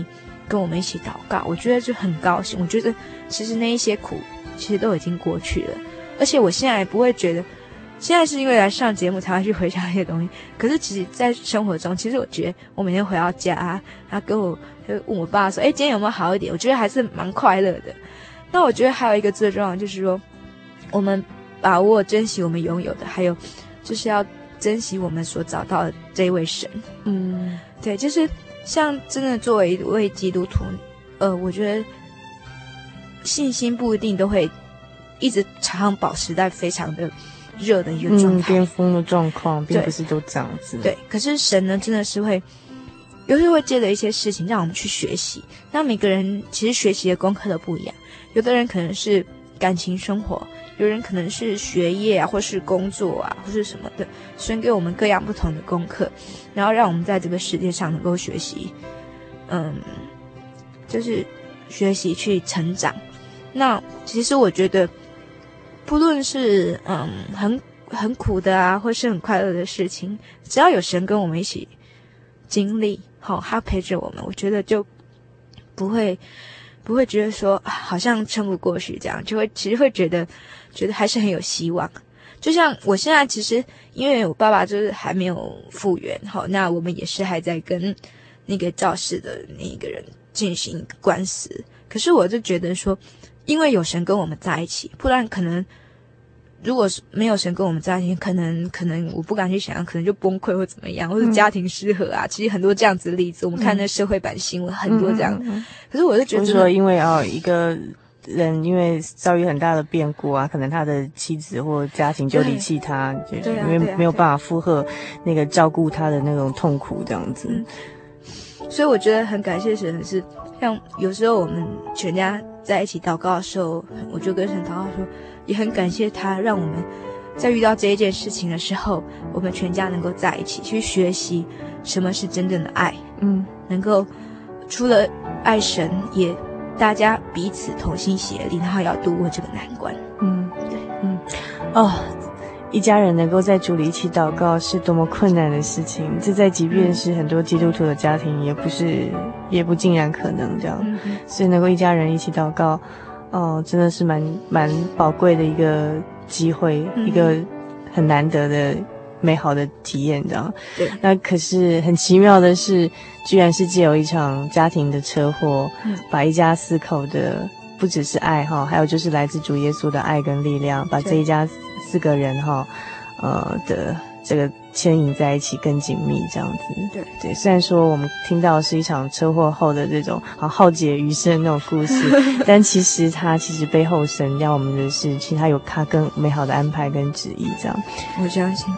跟我们一起祷告，我觉得就很高兴。我觉得其实那一些苦其实都已经过去了，而且我现在也不会觉得现在是因为来上节目才会去回想那些东西，可是其实在生活中，其实我觉得我每天回到家啊，然后跟我就问我爸说，诶，今天有没有好一点，我觉得还是蛮快乐的。那我觉得还有一个最重要的就是说，我们把握珍惜我们拥有的，还有就是要珍惜我们所找到的这一位神。 嗯， 对，就是像真的作为一位基督徒，呃，我觉得信心不一定都会一直常常保持在非常的热的一个状态， 嗯，巅峰的状况并不是都这样子。 对，可是神呢，真的是会有时候会借着一些事情让我们去学习。那每个人其实学习的功课都不一样，有的人可能是感情生活，有人可能是学业啊，或是工作啊，或是什么的，神给我们各样不同的功课，然后让我们在这个世界上能够学习，嗯，就是学习去成长。那其实我觉得，不论是嗯很很苦的啊，或是很快乐的事情，只要有神跟我们一起经历，好、哦，他陪着我们，我觉得就不会不会觉得说、啊、好像撑不过去这样，就会其实会觉得觉得还是很有希望。就像我现在其实因为我爸爸就是还没有复原，好，那我们也是还在跟那个肇事的那一个人进行官司，可是我就觉得说，因为有神跟我们在一起，不然可能如果没有神跟我们在一起，可能可能我不敢去想象，可能就崩溃或怎么样，或者家庭失和啊、嗯、其实很多这样子的例子，我们看那社会版新闻、嗯、很多这样、嗯嗯嗯、可是我就觉得说因为哦一个人因为遭遇很大的变故啊，可能他的妻子或家庭就离弃他，就因为没有办法负荷那个照顾他的那种痛苦这样子、嗯、 所以我觉得很感谢神的是，像有时候我们全家在一起祷告的时候，我就跟神祷告说，也很感谢他让我们在遇到这一件事情的时候，我们全家能够在一起去学习什么是真正的爱，嗯，能够除了爱神，也大家彼此同心协力，然后要度过这个难关。嗯，对， 嗯，哦，一家人能够在主里一起祷告是多么困难的事情，这在即便是很多基督徒的家庭也不是也不尽然可能这样、嗯、所以能够一家人一起祷告哦，真的是蛮蛮宝贵的一个机会、嗯、一个很难得的美好的体验这样。对，那可是很奇妙的是，居然是借由一场家庭的车祸、嗯、把一家四口的不只是爱哈，还有就是来自主耶稣的爱跟力量，把这一家四个人哈呃的这个牵引在一起更紧密这样子。对对，虽然说我们听到的是一场车祸后的这种好浩劫余生那种故事但其实它其实背后神让我们的是，其实它有它更美好的安排跟旨意这样。 我相信。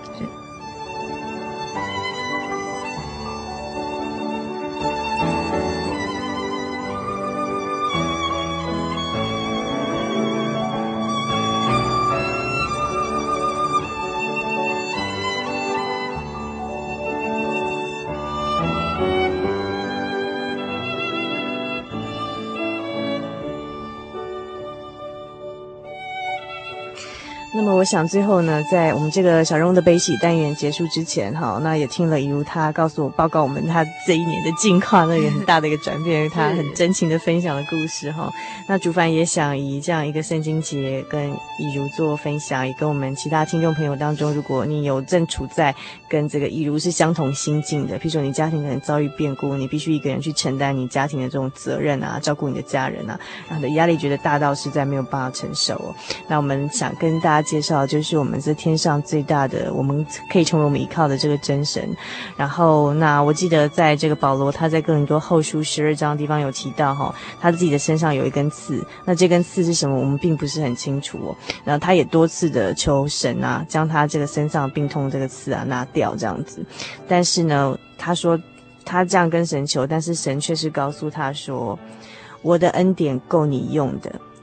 那么我想最后呢，在我们这个小人物的悲喜单元结束之前哈，那也听了以如他告诉我报告我们他这一年的近况，那个很大的一个转变他很真情的分享的故事哈。那主凡也想以这样一个圣经节跟以如做分享，也跟我们其他听众朋友当中，如果你有正处在跟这个以如是相同心境的，譬如说你家庭可能遭遇变故，你必须一个人去承担你家庭的这种责任啊，照顾你的家人啊，然后的压力觉得大到实在没有办法承受哦。那我们想跟大家介绍，就是我们这天上最大的，我们可以成为我们依靠的这个真神。然后那我记得在这个保罗他在哥林多后书十二章的地方有提到哈，他自己的身上有一根刺，那这根刺是什么我们并不是很清楚哦。然后他也多次的求神啊，将他这个身上病痛这个刺啊拿掉这样子。但是呢，他说他这样跟神求，但是神却是告诉他说，我的恩典够你用的，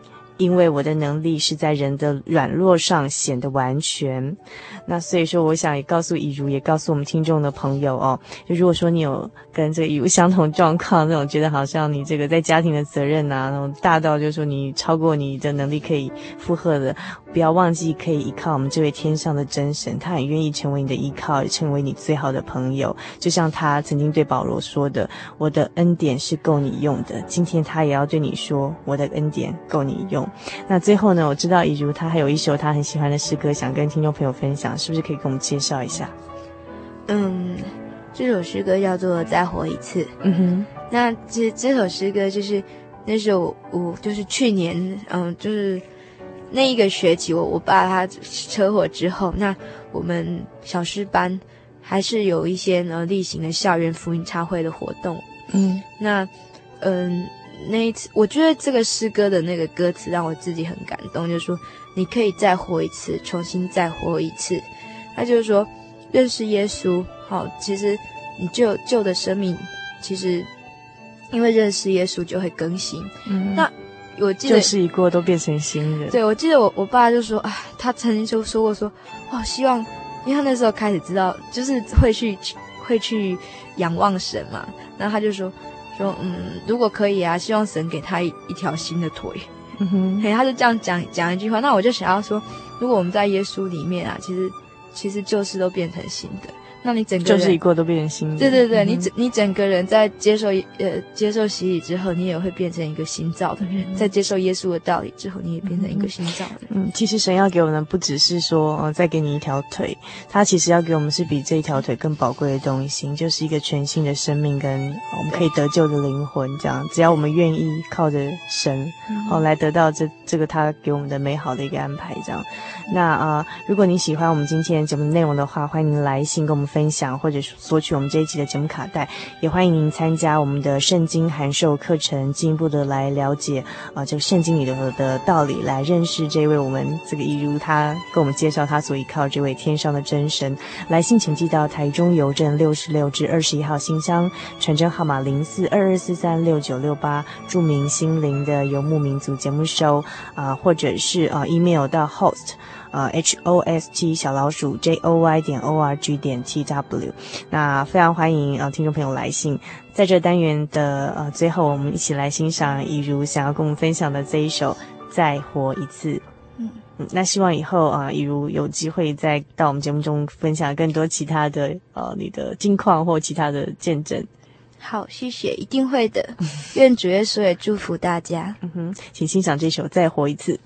因为我的能力是在人的软弱上显得完全。那所以说我想也告诉以如，也告诉我们听众的朋友哦，就如果说你有跟这个以如相同状况，那种觉得好像你这个在家庭的责任啊，那种大到就是说你超过你的能力可以负荷的，不要忘记可以依靠我们这位天上的真神，他很愿意成为你的依靠，也成为你最好的朋友。就像他曾经对保罗说的，我的恩典是够你用的，今天他也要对你说，我的恩典够你用。那最后呢，我知道以如他还有一首他很喜欢的诗歌想跟听众朋友分享，是不是可以跟我们介绍一下？ 嗯，这首诗歌叫做再活一次。 嗯哼， 那这这首诗歌就是那时候我就是去年嗯就是那一个学期我我爸他车祸之后，那我们小诗班还是有一些呢例行的校园福音茶会的活动。 嗯， 那嗯那一次我觉得这个诗歌的那个歌词让我自己很感动，就是说你可以再活一次，重新再活一次。他就是说认识耶稣，好，其实你旧旧的生命其实因为认识耶稣就会更新。嗯，那我记得旧事已过都变成新人。 对，我记得我我爸就说啊，他曾经就说过说，哇，希望，因为他那时候开始知道，就是会去会去仰望神嘛，然后他就说说嗯，如果可以啊，希望神给他一一条新的腿。嗯哼，嘿，他就这样讲讲一句话，那我就想要说，如果我们在耶稣里面啊，其实其实旧事都变成新的。那你整个人旧事已过都变成新的。 对对对， 嗯、 你整你整个人在接受呃接受洗礼之后，你也会变成一个新造的人。嗯、在接受耶稣的道理之后，你也变成一个新造的人。 嗯，其实神要给我们不只是说呃再给你一条腿，他其实要给我们是比这一条腿更宝贵的东西，就是一个全新的生命跟我们可以得救的灵魂。这样，只要我们愿意靠着神，哦、嗯、来得到这这个他给我们的美好的一个安排。这样，那啊、呃，如果你喜欢我们今天节目的内容的话，欢迎您来信跟我们分享，或者索取我们这一期的节目卡带，也欢迎您参加我们的圣经函授课程，进一步的来了解啊、呃、这个圣经里头的道理，来认识这位我们这个一如他跟我们介绍他所依靠这位天上的真神。来信请寄到台中邮政六十六至二十一号信箱，传真号码零四二二四三六九六八，注明心灵的游牧民族节目收啊、呃，或者是啊、呃、email 到 host。呃 H O S T 小老鼠 J O Y 点 O R G 点 T W， 那非常欢迎呃听众朋友来信。在这单元的呃最后，我们一起来欣赏以如想要跟我们分享的这一首再活一次。嗯嗯，那希望以后啊、呃，以如有机会再到我们节目中分享更多其他的呃你的近况或其他的见证。 好，谢谢，一定会的。愿主耶稣也祝福大家。 嗯哼，请欣赏这首再活一次。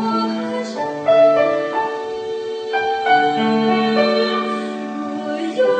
我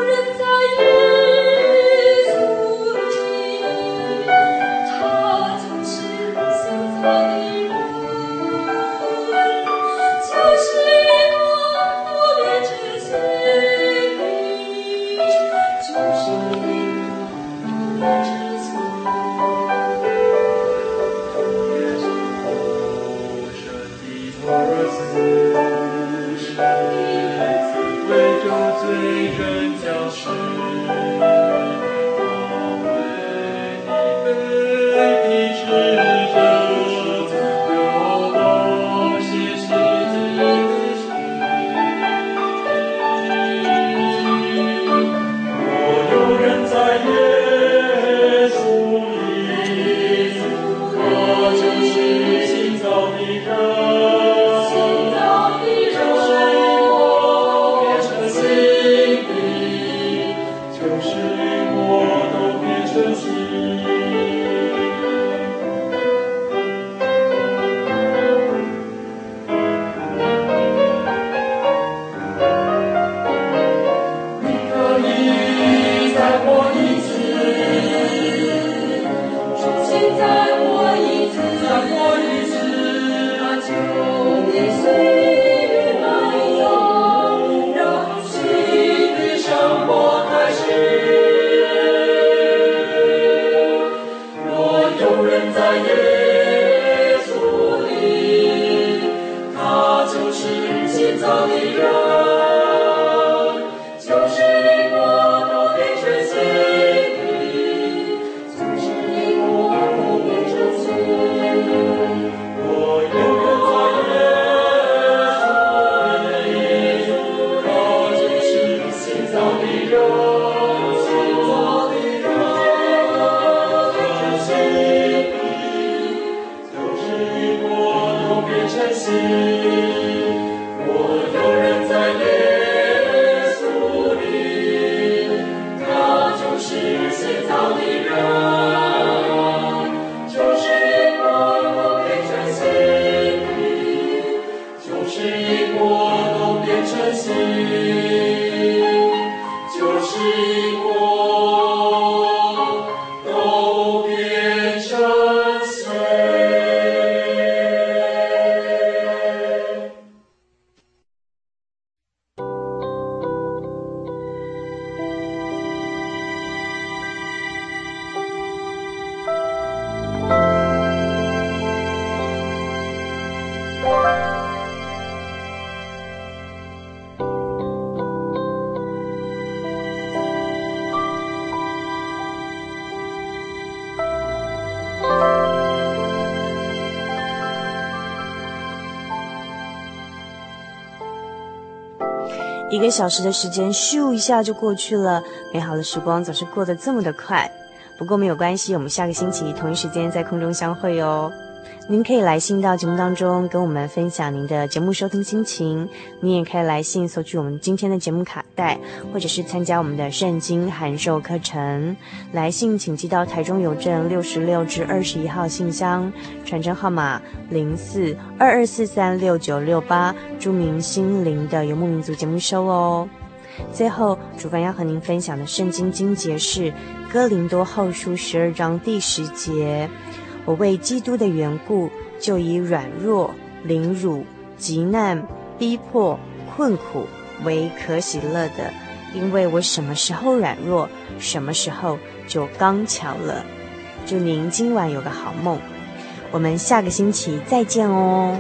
一个小时的时间咻一下就过去了，美好的时光总是过得这么的快。不过没有关系，我们下个星期同一时间在空中相会哦。您可以来信到节目当中跟我们分享您的节目收听心情，你也可以来信索取我们今天的节目卡带，或者是参加我们的圣经函授课程。来信请寄到台中邮政六十六至二十一号信箱，传真号码零四二二四三六九六八，注明心灵的游牧民族节目收哦。最后主凡要和您分享的圣经经节是哥林多后书十二章第十节，我为基督的缘故，就以软弱、凌辱、急难、逼迫、困苦为可喜乐的，因为我什么时候软弱，什么时候就刚强了。祝您今晚有个好梦，我们下个星期再见哦。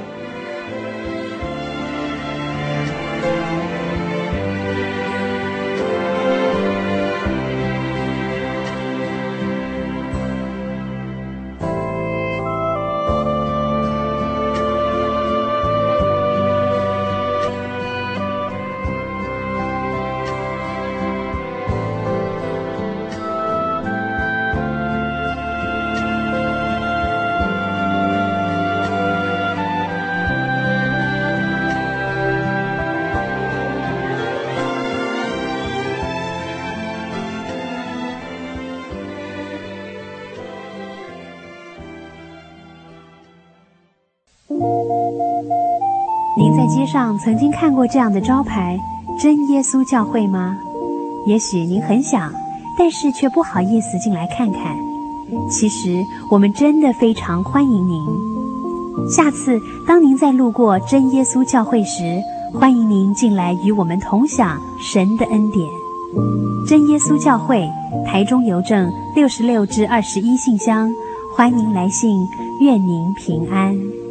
您在街上曾经看过这样的招牌“真耶稣教会”吗？也许您很想，但是却不好意思进来看看。其实我们真的非常欢迎您。下次当您在路过真耶稣教会时，欢迎您进来与我们同享神的恩典。真耶稣教会，台中邮政六十六至二十一信箱，欢迎来信，愿您平安。